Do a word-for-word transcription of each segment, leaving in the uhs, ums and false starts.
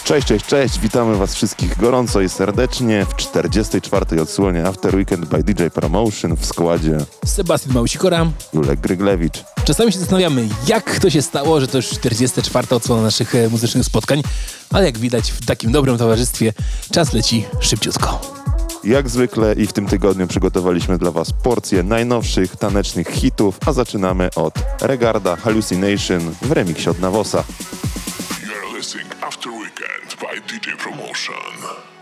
Cześć, cześć, cześć, witamy was wszystkich gorąco i serdecznie w czterdziestej czwartej odsłonie After Weekend by D J Promotion w składzie Sebastian Małysikora, Julek Gryglewicz. Czasami się zastanawiamy, jak to się stało, że to już czterdziesta czwarta odsłona naszych e, muzycznych spotkań, ale jak widać w takim dobrym towarzystwie czas leci szybciutko. Jak zwykle i w tym tygodniu przygotowaliśmy dla was porcję najnowszych tanecznych hitów, a zaczynamy od Regarda Hallucination w remiksie od Navosa. You're listening After Weekend by D J Promotion.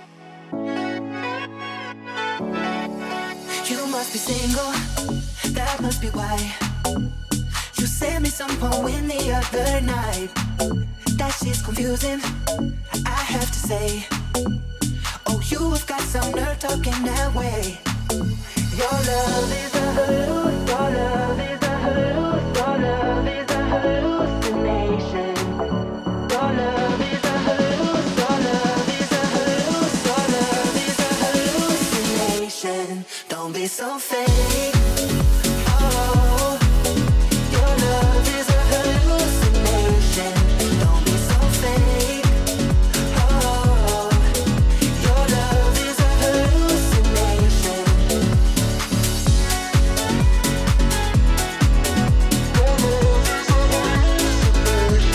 You must be single, that must be why you sent me some poem the other night. That shit's confusing, I have to say. Oh, you have got some nerve talking that way. Your love is a halluc, your love is a halluc, your love is a hallucination. Your love is a halluc, your love is a halluc, your love is a hallucination. Don't be so fake. Oh, your love is a hallucination. Don't be so fake. Oh, your love is a hallucination. Your love is a hallucination.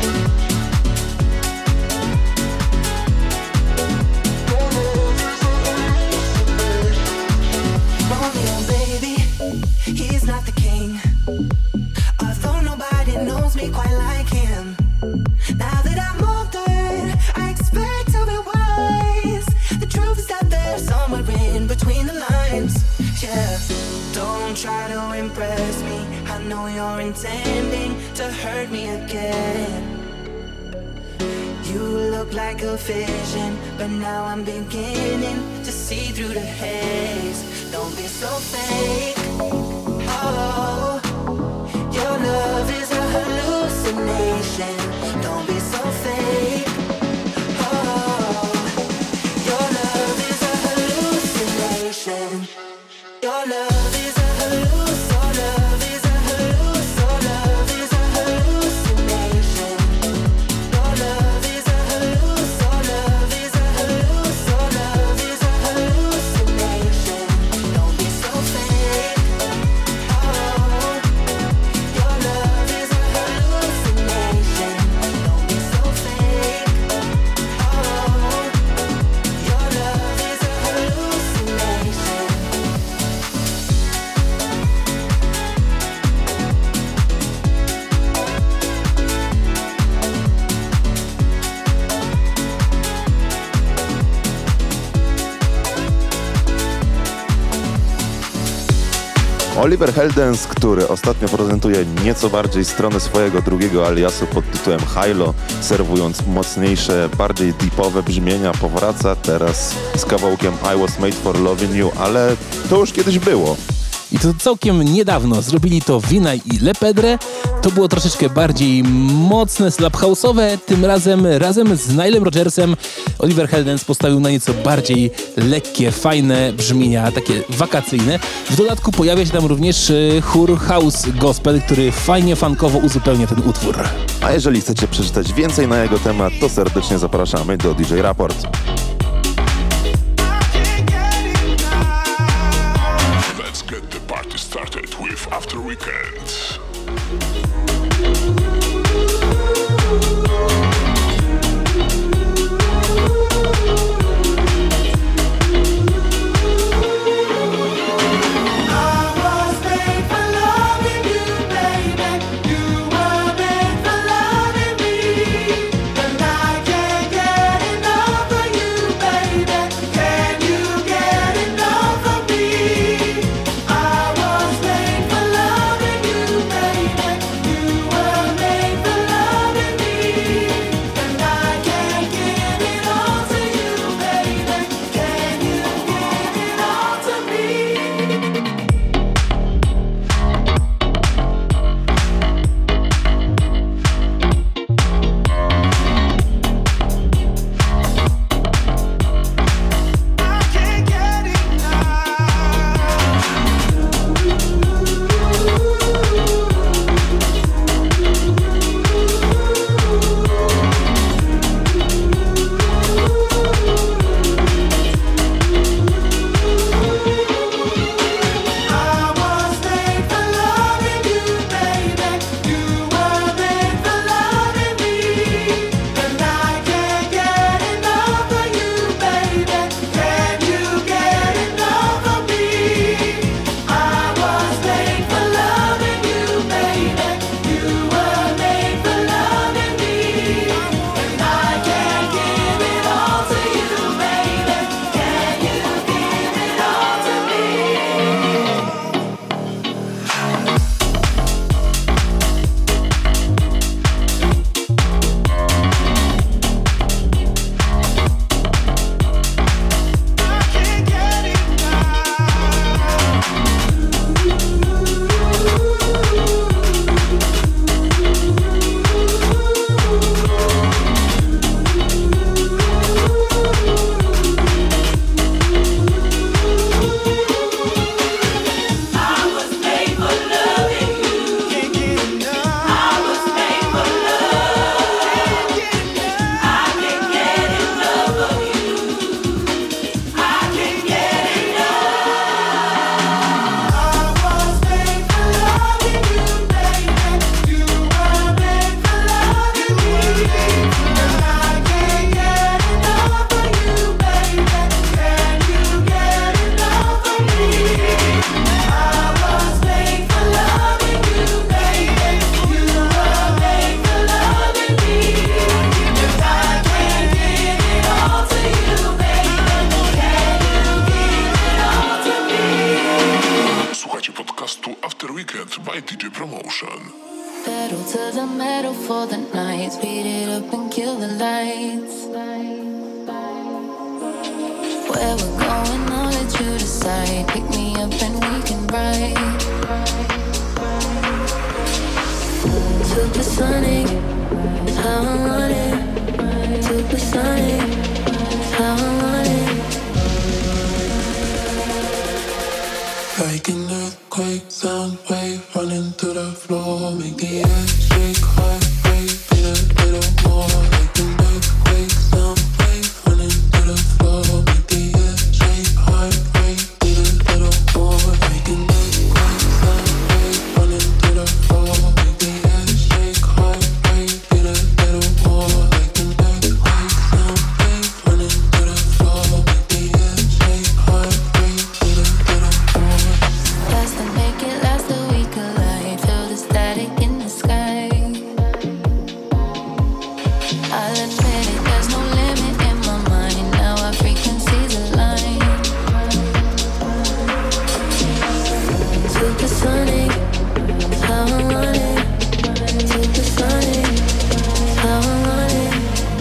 Your love is a hallucination. Romeo, baby, he's not the king. Although nobody knows me quite like him. Now that I'm older, I expect to be wise. The truth is that there's somewhere in between the lines. Yeah, don't try to impress me. I know you're intending to hurt me again. You look like a vision, but now I'm beginning to see through the haze. Don't be so fake. Oh, your love is a hallucination. Don't be so fake. Oh, your love is a hallucination. Your love is a halluc. Your love is a halluc. Your love is a hallucination. Your love is a halluc. Your love is a halluc. Your love is a hallucination. Don't be so fake. Oh, your love is a hallucination. Don't be so fake. Oh, your love is a hallucination. Oliver Heldens, który ostatnio prezentuje nieco bardziej stronę swojego drugiego aliasu pod tytułem Hilo, serwując mocniejsze, bardziej deepowe brzmienia, powraca teraz z kawałkiem I Was Made For Loving You, ale to już kiedyś było. I to całkiem niedawno zrobili to Vinay i Lepedre. To było troszeczkę bardziej mocne, slap house'owe. Tym razem razem z Nilem Rodgersem Oliver Heldens postawił na nieco bardziej lekkie, fajne brzmienia, takie wakacyjne. W dodatku pojawia się tam również y, chór house gospel, który fajnie funkowo uzupełnia ten utwór. A jeżeli chcecie przeczytać więcej na jego temat, to serdecznie zapraszamy do D J Raport. Let's get the party started with After Weekend. Can you get enough of me? I was made for loving you. pedal to the metal for the night. Speed it up and kill the lights. Where we're going, I'll let you decide. Pick me up and we can ride. Supersonic, how I want it. Supersonic, how I want it. Like an earthquake, sound wave running through the floor. Make the air shake, heart rate, beat a little more. Like an earthquake, sound wave running through the floor. Make the air shake, heart rate, beat a little more. Like an earthquake, sound wave running through the floor. Make the air shake, heart rate, beat a little more. Like an earthquake, sound wave running through the floor. Make the air shake, heart rate, beat a little more. Last to make it last a week alive. Feel the static in the sky. I'll admit it, there's no limit in my mind. Now our frequencies align. Supersonic, how I want it. Supersonic, how I want it.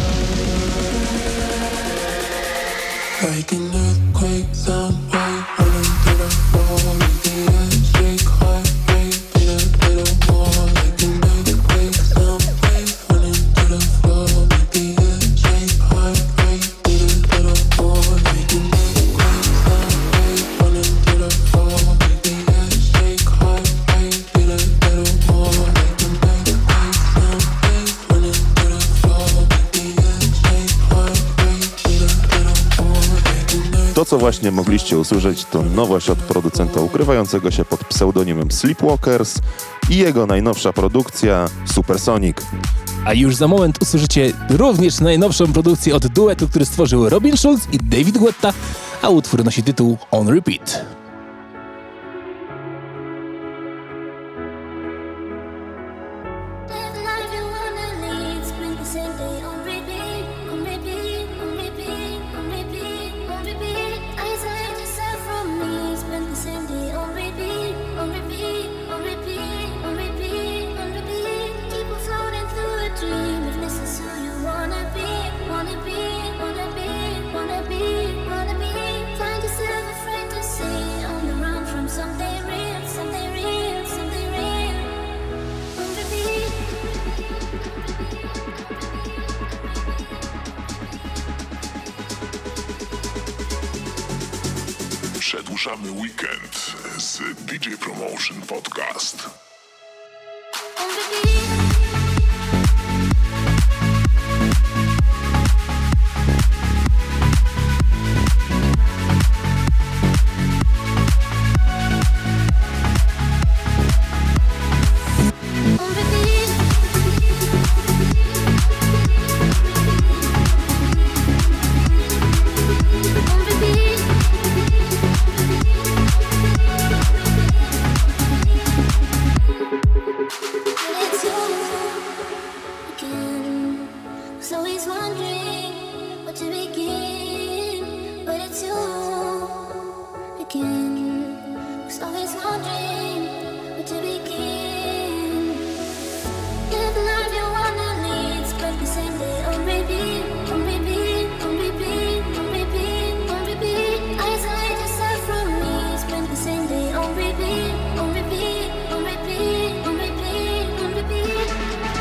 Like an earthquake, sound wave running through the floor. Make the air shake, heart rate, beat a little more. Like an earthquake, sound wave running through the floor. Make the air shake, heart rate, beat a little more. Like an earthquake, sound wave running through the floor. Make the air shake, heart rate, beat a little more. Like an earthquake, sound wave running through the floor. Make the air shake, heart rate, beat a little more. Like an To, co właśnie mogliście usłyszeć, to nowość od producenta ukrywającego się pod pseudonimem Sleepwalkers i jego najnowsza produkcja Supersonic. A już za moment usłyszycie również najnowszą produkcję od duetu, który stworzył Robin Schulz i David Guetta, a utwór nosi tytuł On Repeat. Live life you wanna lead, spend the same day on repeat, on repeat, on repeat, on repeat, on repeat. Isolate yourself from me, spend the same day on repeat, on repeat, on repeat, on repeat, on repeat. Keep on floating through a dream if this is who you wanna be, wanna be, wanna be, wanna be, wanna be. Find yourself a friend to say on the run from something real, something real, something real. On repeat. Przedłużamy weekend z D J Promotion Podcast. On repeat. On repeat. On repeat. It's you again. Was always wondering what to begin, but it's you again. Was always wondering what to begin. Live the life you wanna lead, spend the same day on repeat, on repeat, on repeat, on repeat, on repeat. Isolate yourself from me, spend the same day on repeat, on repeat, on repeat, on repeat, on repeat.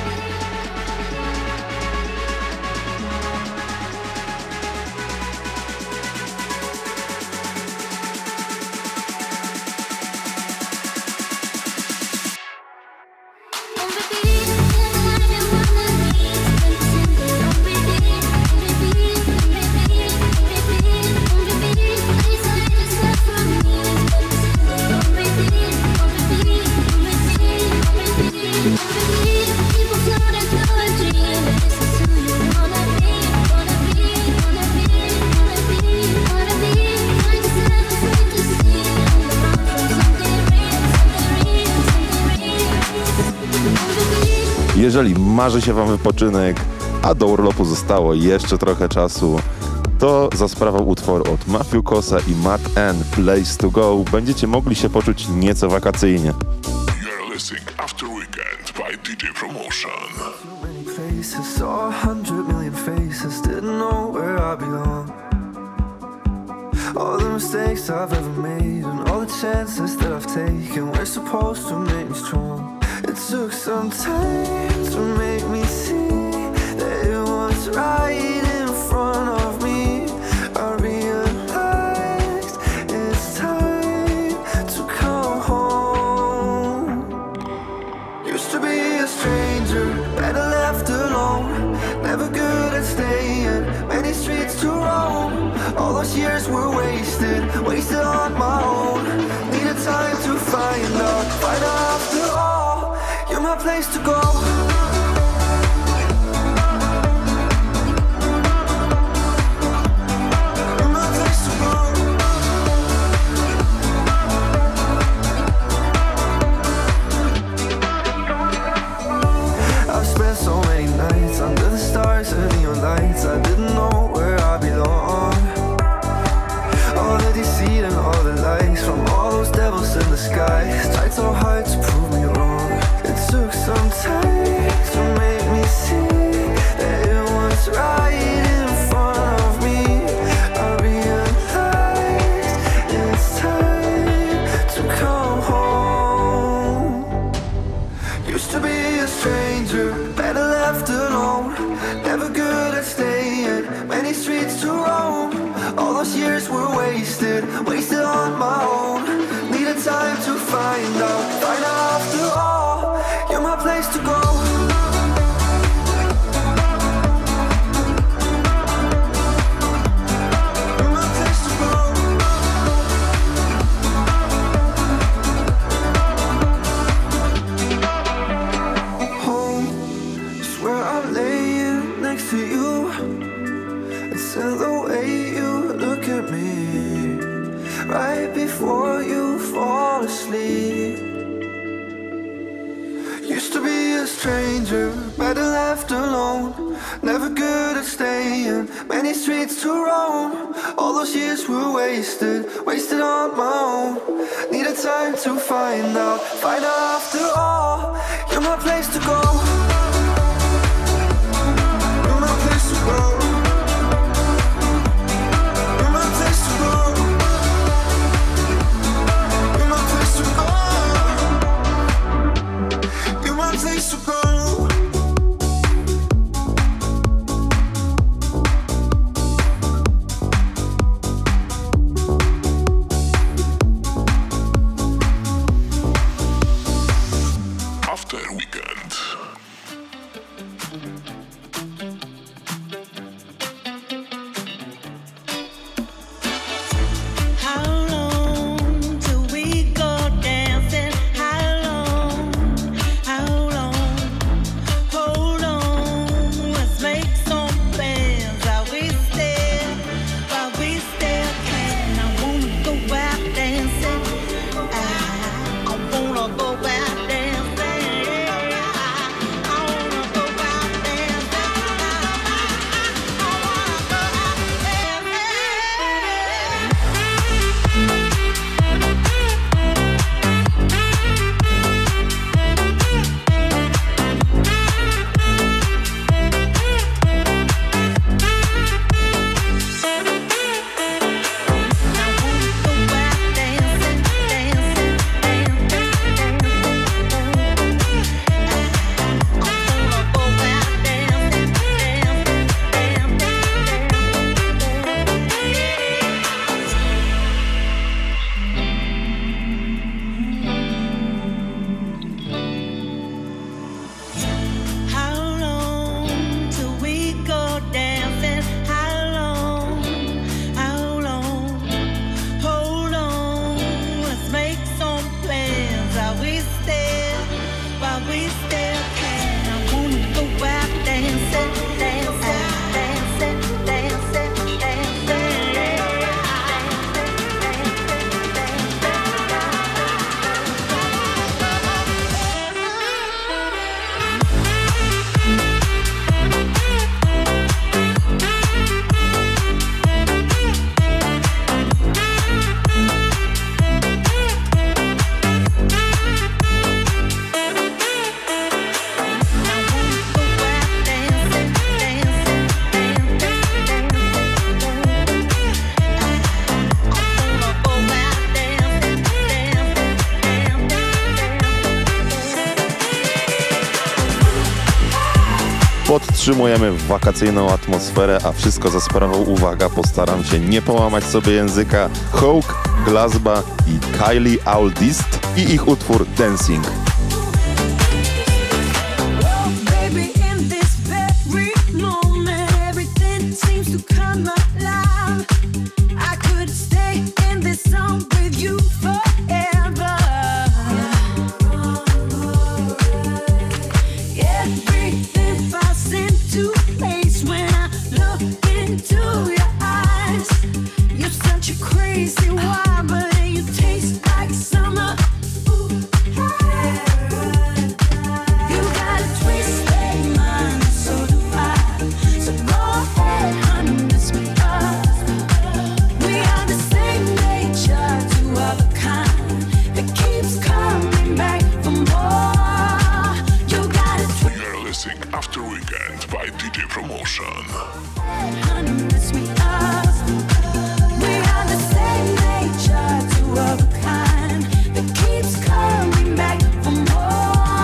On repeat, live the life you wanna lead, spend the same day on repeat, on repeat, on repeat, on repeat, on repeat. Isolate yourself from me, spend the same day on repeat, on repeat, on repeat, on repeat, on repeat. People floating through a dream, if this is who you wanna be, wanna be, wanna be, wanna be, wanna be. Find yourself a friend to see on the run from something real, something real, something real. On repeat. Jeżeli marzy się wam wypoczynek, a do urlopu zostało jeszcze trochę czasu, to za sprawą utworu od Matthew Kossa i Matt N, Place to Go, będziecie mogli się poczuć nieco wakacyjnie. You're listening After Weekend by D J Promotion. Too many places, saw a hundred million faces, didn't know where I belong. All the mistakes I've ever made and all the chances that I've taken were supposed to make me strong. It took some time to make me see that it was right in front of me. I realized it's time to come home. Used to be a stranger, better left alone. Never good at staying, many streets to roam. All those years were wasted, wasted on my own. Needed time to find out, find out after all. You're my place to go. You're my place to go. I've spent so many nights under the stars and neon lights. I didn't know where I belong. All the deceit and all the lies from all those devils in the sky tried so hard to prove me wrong. It took some time to make me see that it was right in front of me. I realized it's time to come home. Used to be a stranger, better left alone. Never good at staying, many streets to roam. All those years were wasted, wasted on my own. Needed time to find out, find out after all. You're my place to go. You're my place to go. Home is where I'm laying next to you. It's in the way you look at me right before you fall asleep. Used to be a stranger, better left alone. Never good at staying, many streets to roam. All those years were wasted, wasted on my own. Needed time to find out, find out after all. You're my place to go. You're my place to go. You're my place to go. You're my place to go. You're my place to go. After Weekend. How long till we go dancing? How long? How long? Hold on, let's make some plans. While we still, while we still can. I wanna go out dancing. I, I wanna go out dancing. Podtrzymujemy wakacyjną atmosferę, a wszystko za sprawą, uwaga, postaram się nie połamać sobie języka, Hawk, Glasba i Kylie Aldist i ich utwór Dancing. Baby, in this very moment, everything seems to come alive. I could stay in this song with you forever. Everything falls into place when I look into your eyes. You're such a crazy wild, but you taste like summer. You got a twisted mind, so do I. So go ahead, honey, mess me up. We are the same nature, two of a kind that keeps coming back for more. You got a twisted You're listening After Weekend by D J Promotion. honey, mess me up. We are the same nature, two of a kind that keeps coming back for more.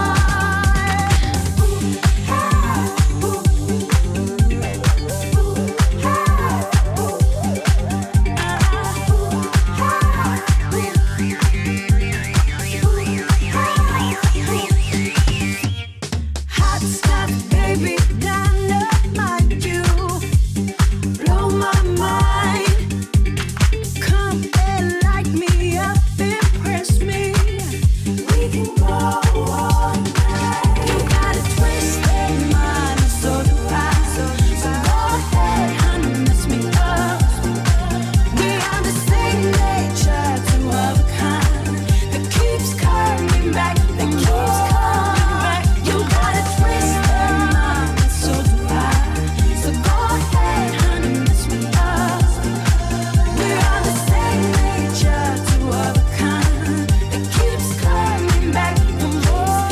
Hot stuff, baby, dynamite you. Blow my mind. Come and light me up, impress me. We can go all night. You got a twisted mind, so do I. So go ahead, honey, mess me up. We are the same nature, two of a kind that keeps coming back, that keeps coming back. You got a twisted mind, so do I. So go ahead, honey, mess me up. We are the same nature, two of a kind that keeps coming back for more.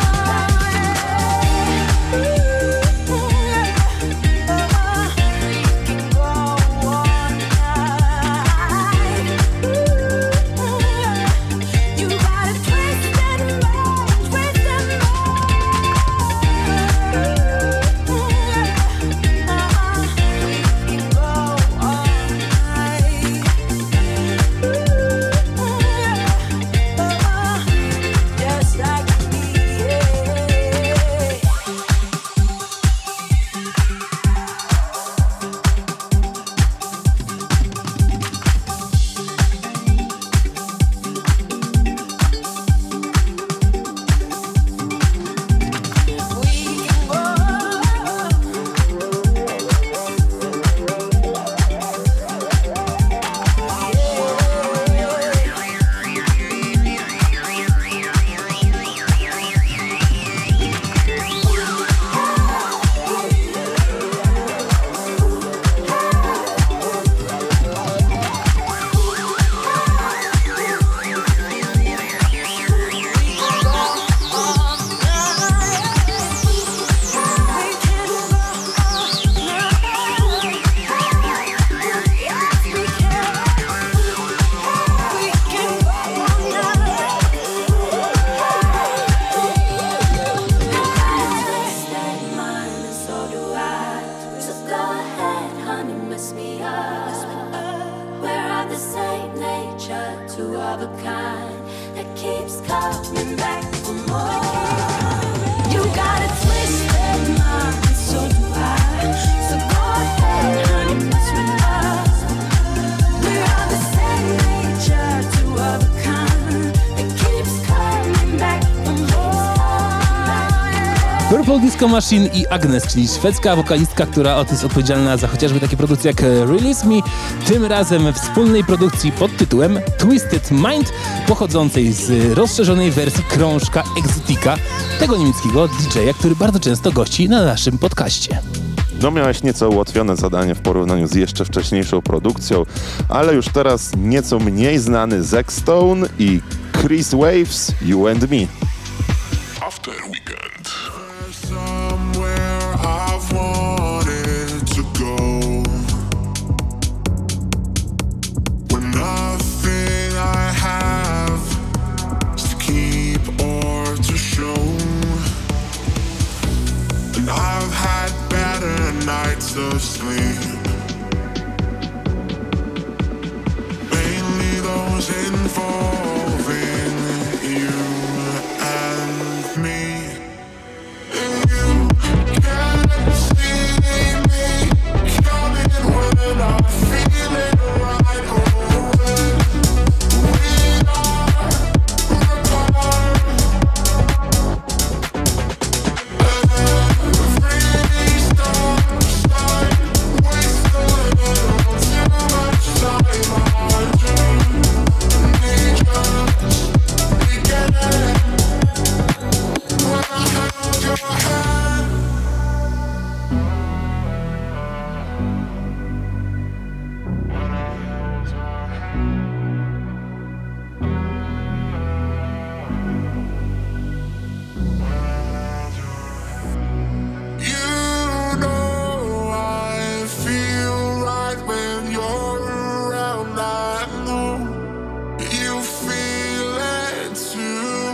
Can go all night. You got a twisted mind, twisted mind. Can go all night. Just like me, yeah. We can Two of a kind that keeps coming back for more. You got a twisted mind, so do I. So go ahead, honey, mess me up. We are the same nature, two of a kind that keeps coming back for more. Purple Disco Machine i Agnes, czyli szwedzka wokalistka, która jest odpowiedzialna za chociażby takie produkcje jak Release Me, tym razem w wspólnej produkcji pod tytułem Twisted Mind, pochodzącej z rozszerzonej wersji krążka Exotica, tego niemieckiego D J a, który bardzo często gości na naszym podcaście. No miałeś nieco ułatwione zadanie w porównaniu z jeszcze wcześniejszą produkcją, ale już teraz nieco mniej znany Zack Stone i Chris Waves, You and Me. After Weekend. Somewhere I've wanted to go, when nothing I have is to keep or to show, and I've had nights of sleep. Mainly those involving you and me. And you can't see me coming when I feel it right. Oh, when we are apart. Every stop sign waste a little too much time. I just need you again. When I held your hand. You know I feel right when you're around. I know you feel it too.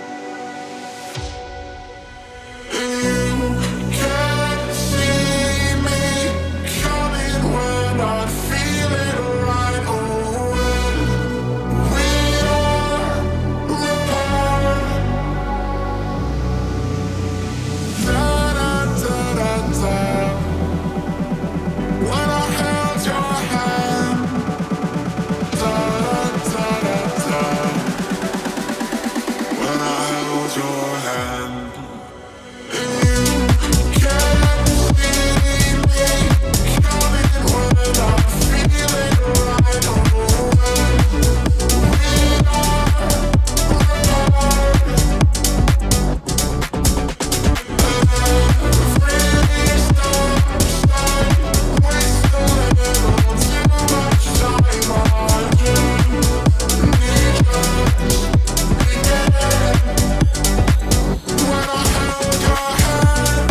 You can't see me coming when I feel it right. Oh, when we are apart. Da da da da da. When I held your hand. Da da da da da. When I held your hand. You can't see me coming when I feel it right. Oh, when we are apart. Every stop sign waste a little too much time. I just need you again. When I held your hand.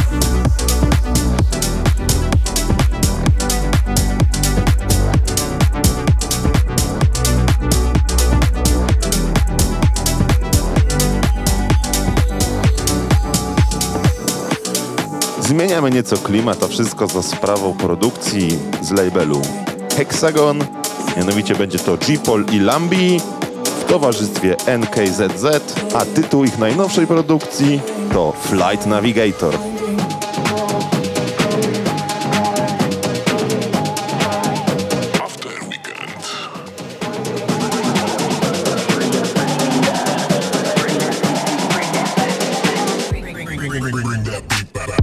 Zmieniamy nieco klimat, a wszystko za sprawą produkcji z labelu Hexagon. Mianowicie będzie to G-Pol i Lambi w towarzystwie N K Z Z, a tytuł ich najnowszej produkcji to Flight Navigator. After Weekend. Bring that beat back.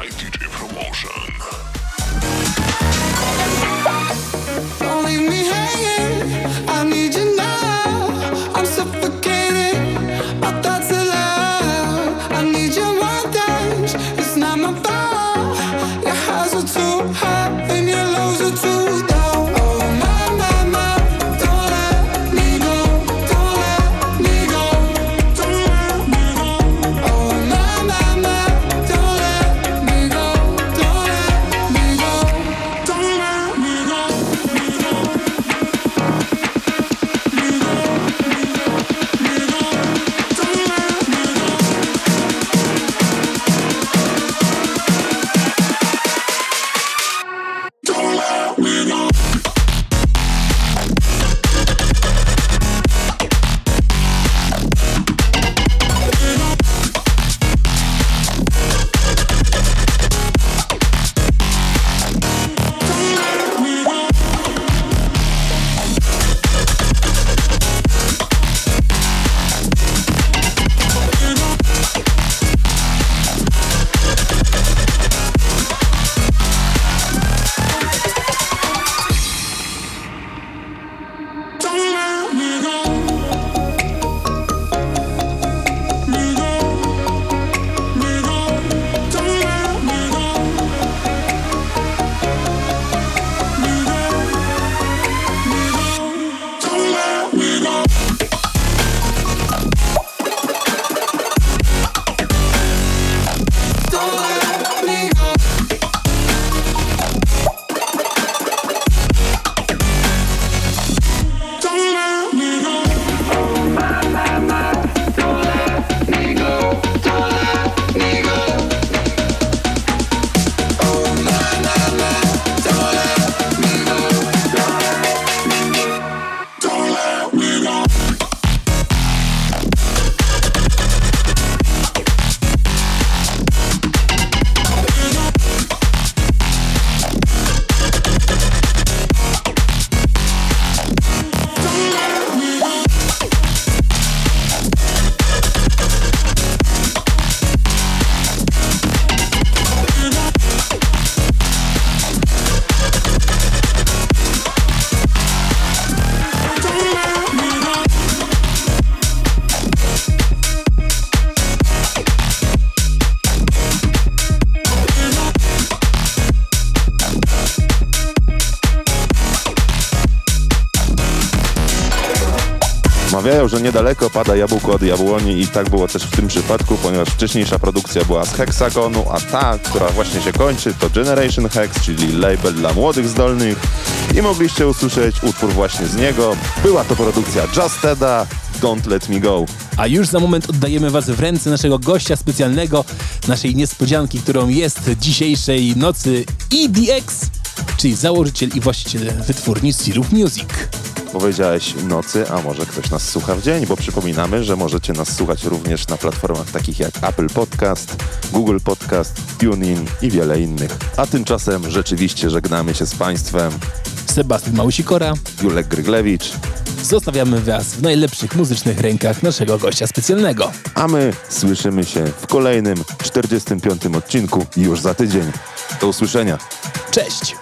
by D J Promotion. Don't leave me hanging. I need you now. I'm suffocating. My thoughts are loud. I need you more days. It's not my fault. Your highs are too high and your lows are too low. Oh my, my, my. Don't let me go. Don't let me go. Don't let me go. Oh my, my, my. Don't let me go. Don't let me go. Don't let me go. Mawiają, że niedaleko pada jabłko od jabłoni i tak było też w tym przypadku, ponieważ wcześniejsza produkcja była z Hexagonu, a ta, która właśnie się kończy, to Generation Hex, czyli label dla młodych zdolnych i mogliście usłyszeć utwór właśnie z niego. Była to produkcja Justeda, Don't Let Me Go. A już za moment oddajemy was w ręce naszego gościa specjalnego, naszej niespodzianki, którą jest dzisiejszej nocy E D X, czyli założyciel i właściciel wytwórni Syrup Music. Powiedziałeś nocy, a może ktoś nas słucha w dzień, bo przypominamy, że możecie nas słuchać również na platformach takich jak Apple Podcast, Google Podcast, TuneIn i wiele innych. A tymczasem rzeczywiście żegnamy się z Państwem. Sebastian Małysikora, Julek Gryglewicz. Zostawiamy was w najlepszych muzycznych rękach naszego gościa specjalnego. A my słyszymy się w kolejnym czterdziestym piątym odcinku już za tydzień. Do usłyszenia. Cześć!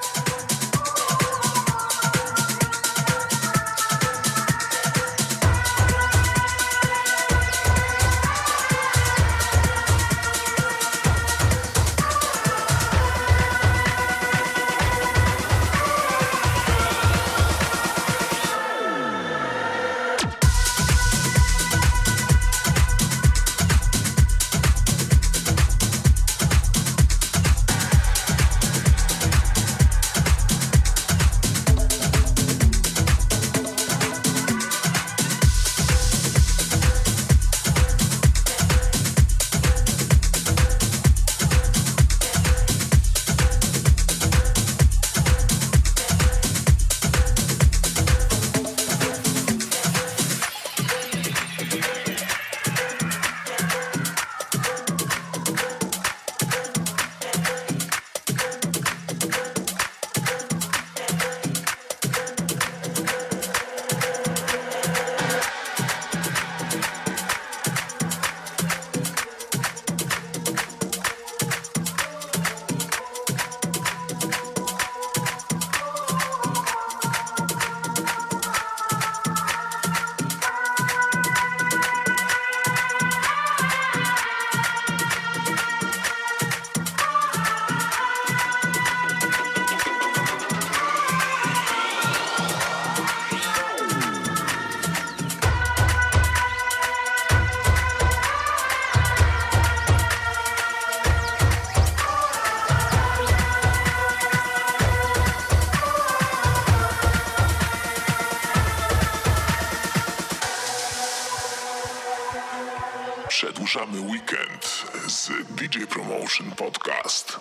Przedłużamy weekend z D J Promotion Podcast.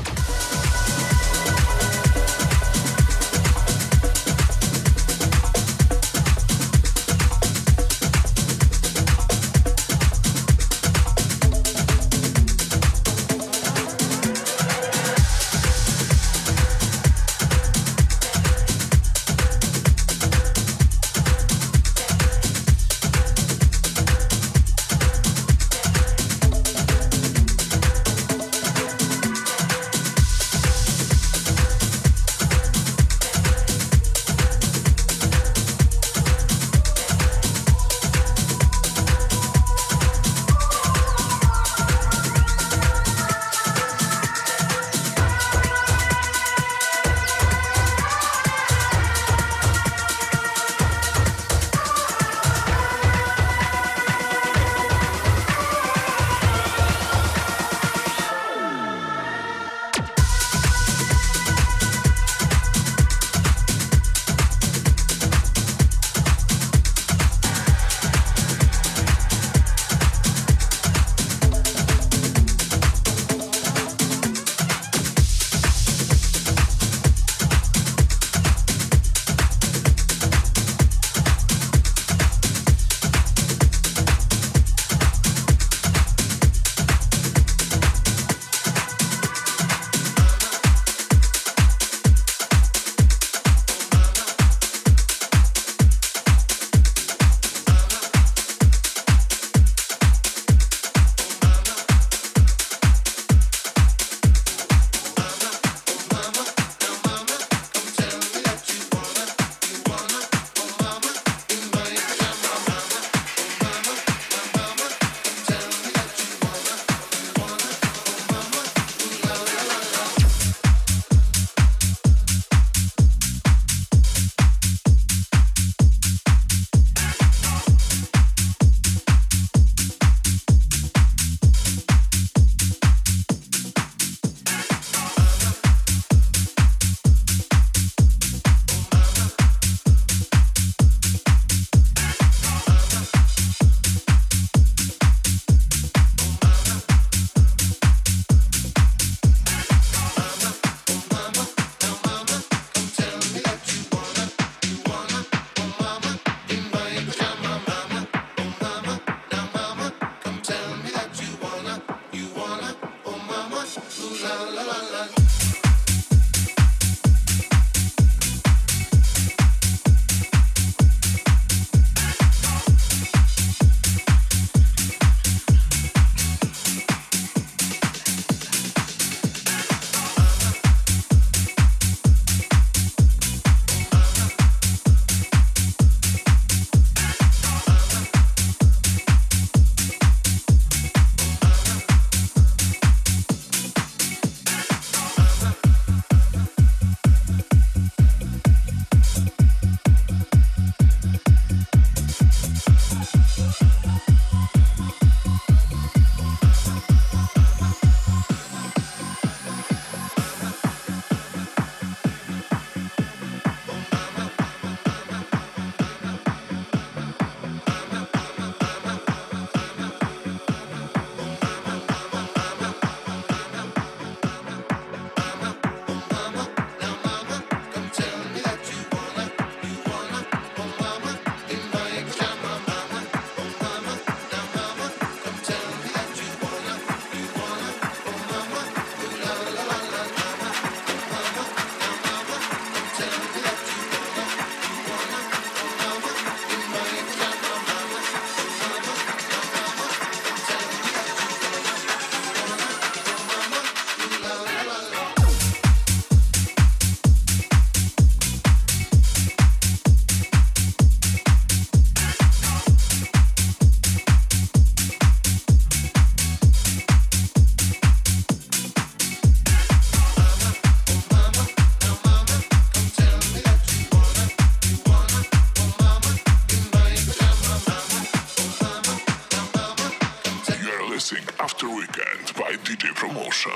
After Weekend by D J Promotion.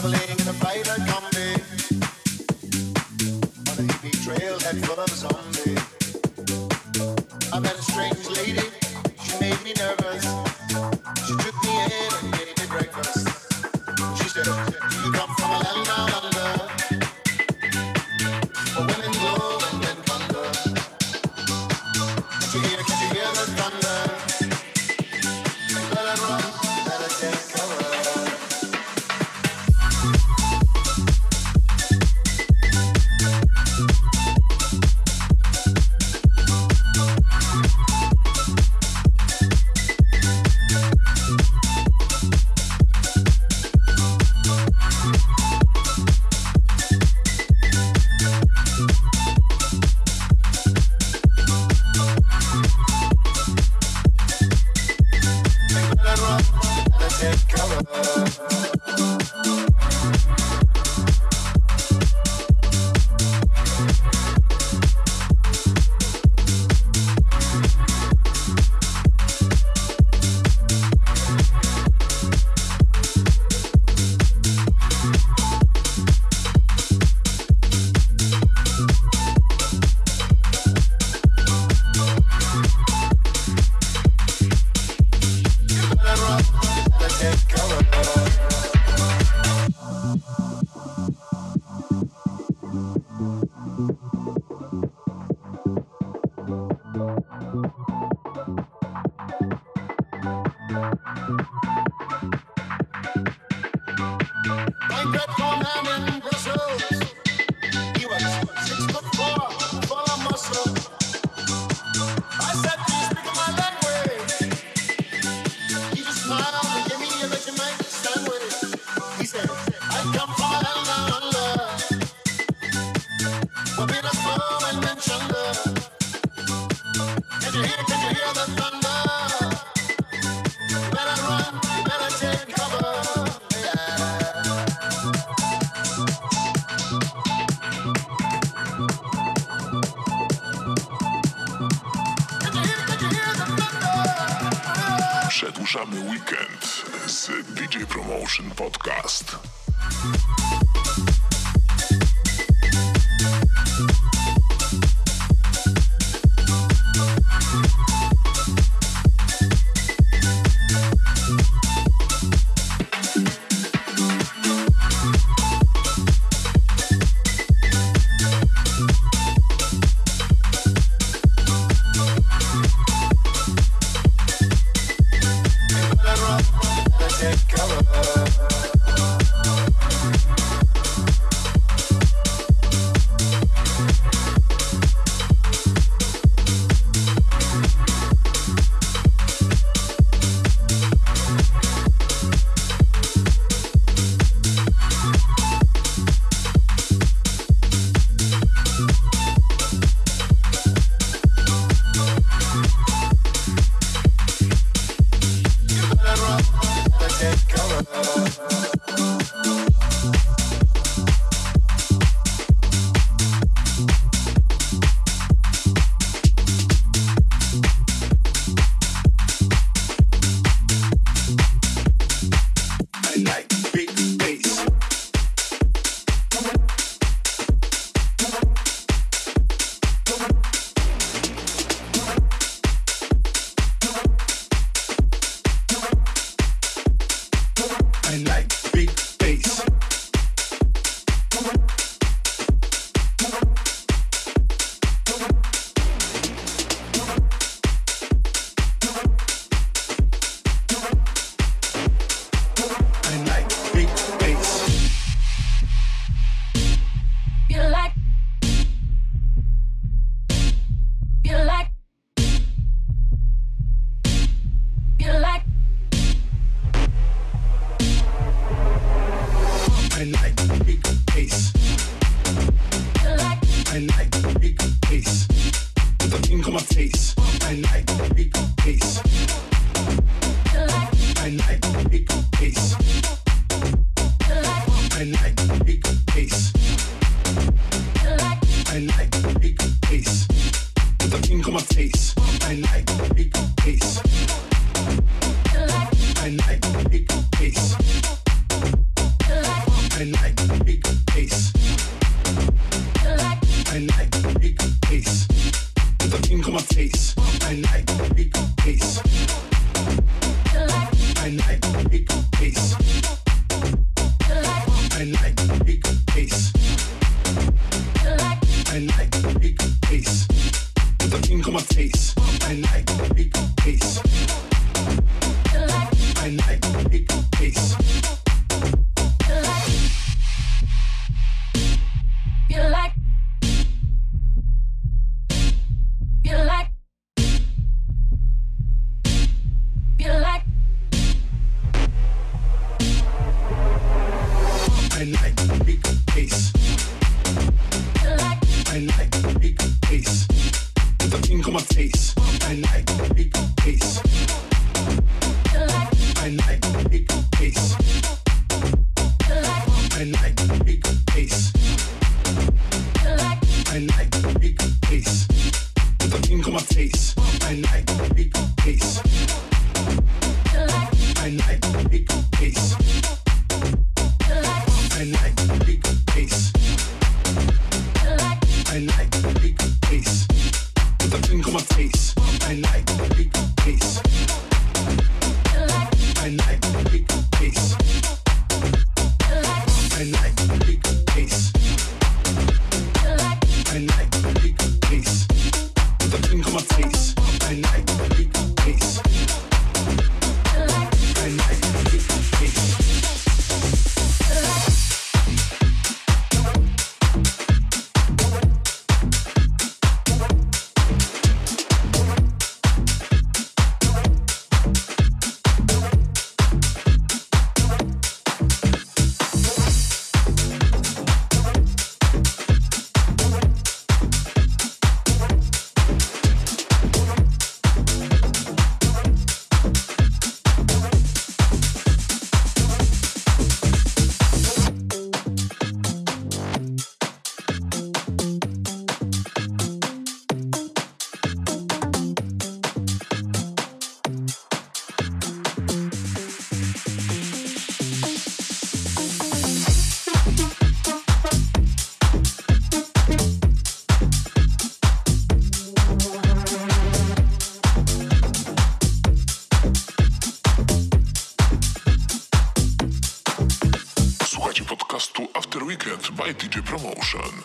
traveling in a fighter combi on a hippie trailhead full of zombies. I met a strange lady, she made me nervous. She took me in and gave me breakfast. She said, do you come from a land down under, where women glow and men thunder? Can't you hear, can't you hear the thunder? You better run, you better take cover. Przedłużamy weekend z D J Promotion Podcast. I like big bass. I like big bass. The thing come my face. I like big bass. I like big bass. I like big bass. I like big bass. The thing come my face. I like big bass. I like big bass. You like, you like, you like. I like big bass. I like big bass. The thing on my face. I like big bass. I like big bass. I like big bass. I like big bass. The thing on my face. I like big bass. I like big bass. I like big bass. I like big bass. The thing on my face. I like big bass. I like big bass. I like big bass. I like big bass. The thing on my face. I like big bass. I like big bass. Słuchajcie podcastu After Weekend by D J Promotion.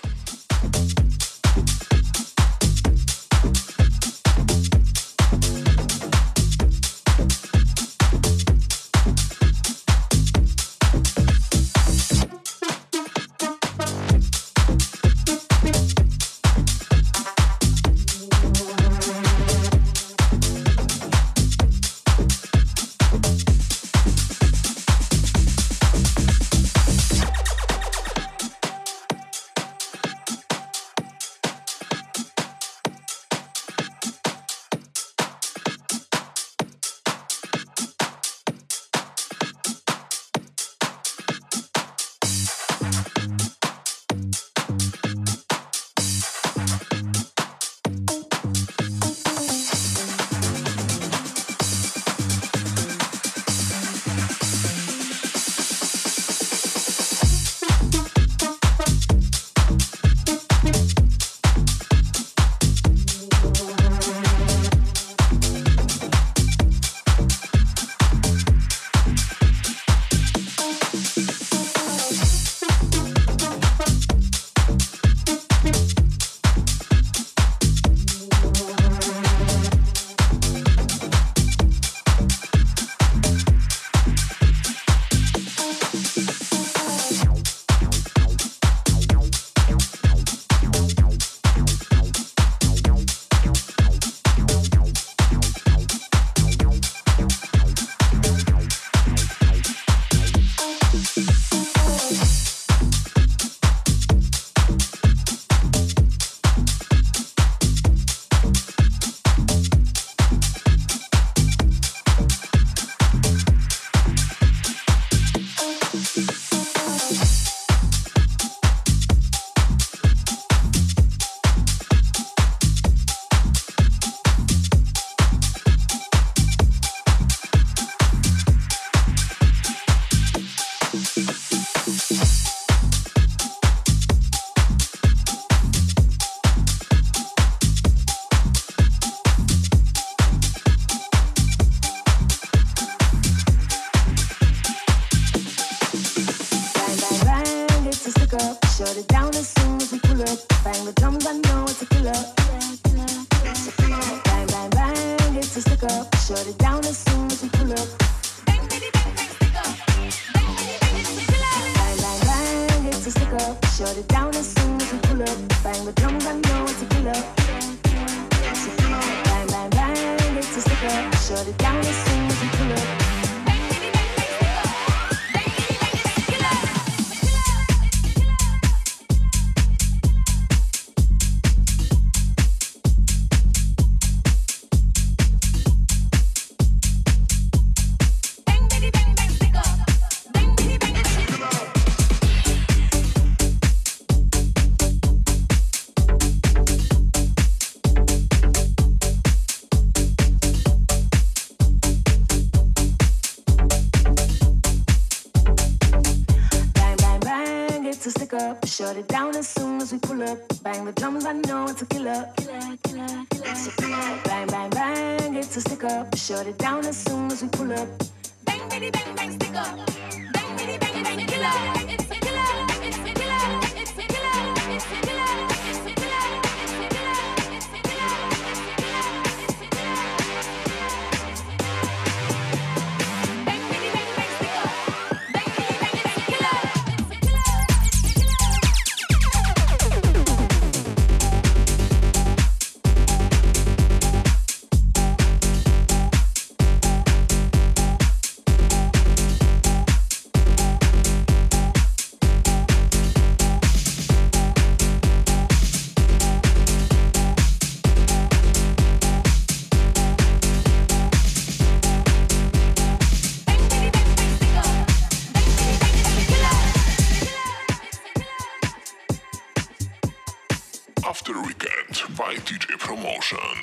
shut it down as soon as we pull up. Bang the drums, I know it's a killer. Bang, bang, bang, it's a stick up. Shut it down as soon as we pull up. Bang, bang, bang, stick up. Bang, bang, bang, it's a stick up. Shut it down as soon as we pull up. Bang the drums, I know it's a killer. Bang, bang, bang, it's a stick up. Shut it down as soon as we pull up. Shut it down as soon as we pull up. Bang the drums, I know it's a killer. Bang, bang, bang, it's a stick up. Shut it down as soon as we pull up. Bang, bang, bang, bang, stick up. Bang, bang, bang, bang, killer. It's a killer. It's a killer. It's a killer. It's a killer. It's a killer. It's a killer. Bang, bang, bang, bang, stick up. Bang, bang, bang, it's a killer. After Weekend by D J Promotion.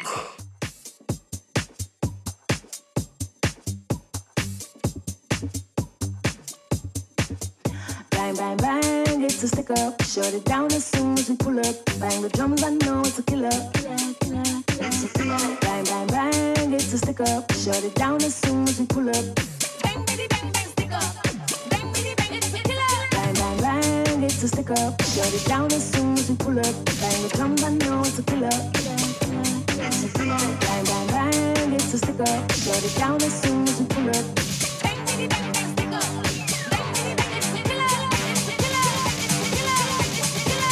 Bang, bang, bang, it's a stick up. Shut it down as soon as we pull up. Bang the drums, I know it's a killer. Bang, bang, bang, it's a stick up. Shut it down as soon as we pull up. Bang, bang, bang, bang, stick up. Bang, bang, bang, it's a killer. Bang, bang, bang, it's a stick up. Shut it down as soon as we pull up. Bang the drums, I know it's a killer. Bang, bang, bang, it's a stick up. Shut it down as soon as we pull up. Bang, bang, bang, bang, stick up. Bang, bang, bang, it's a killer. It's a killer. It's a killer. It's a killer.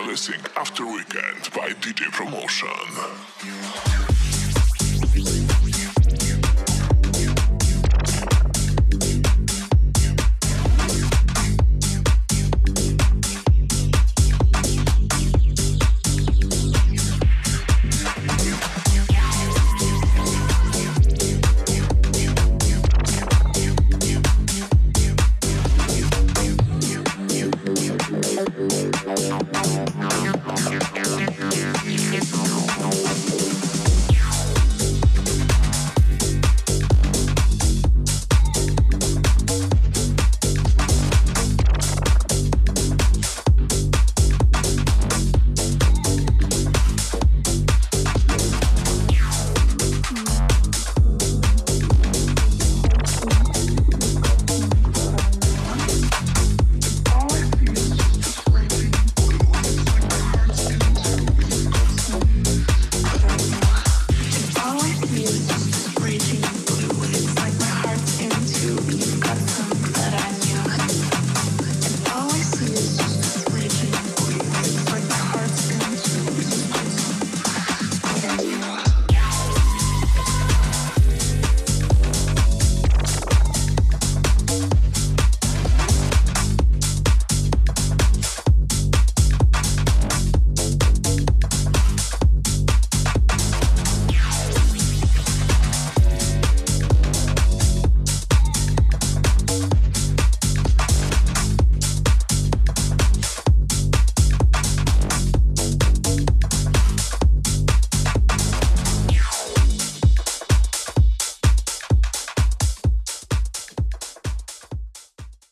releasing After Weekend by D J Promotion. Thank you.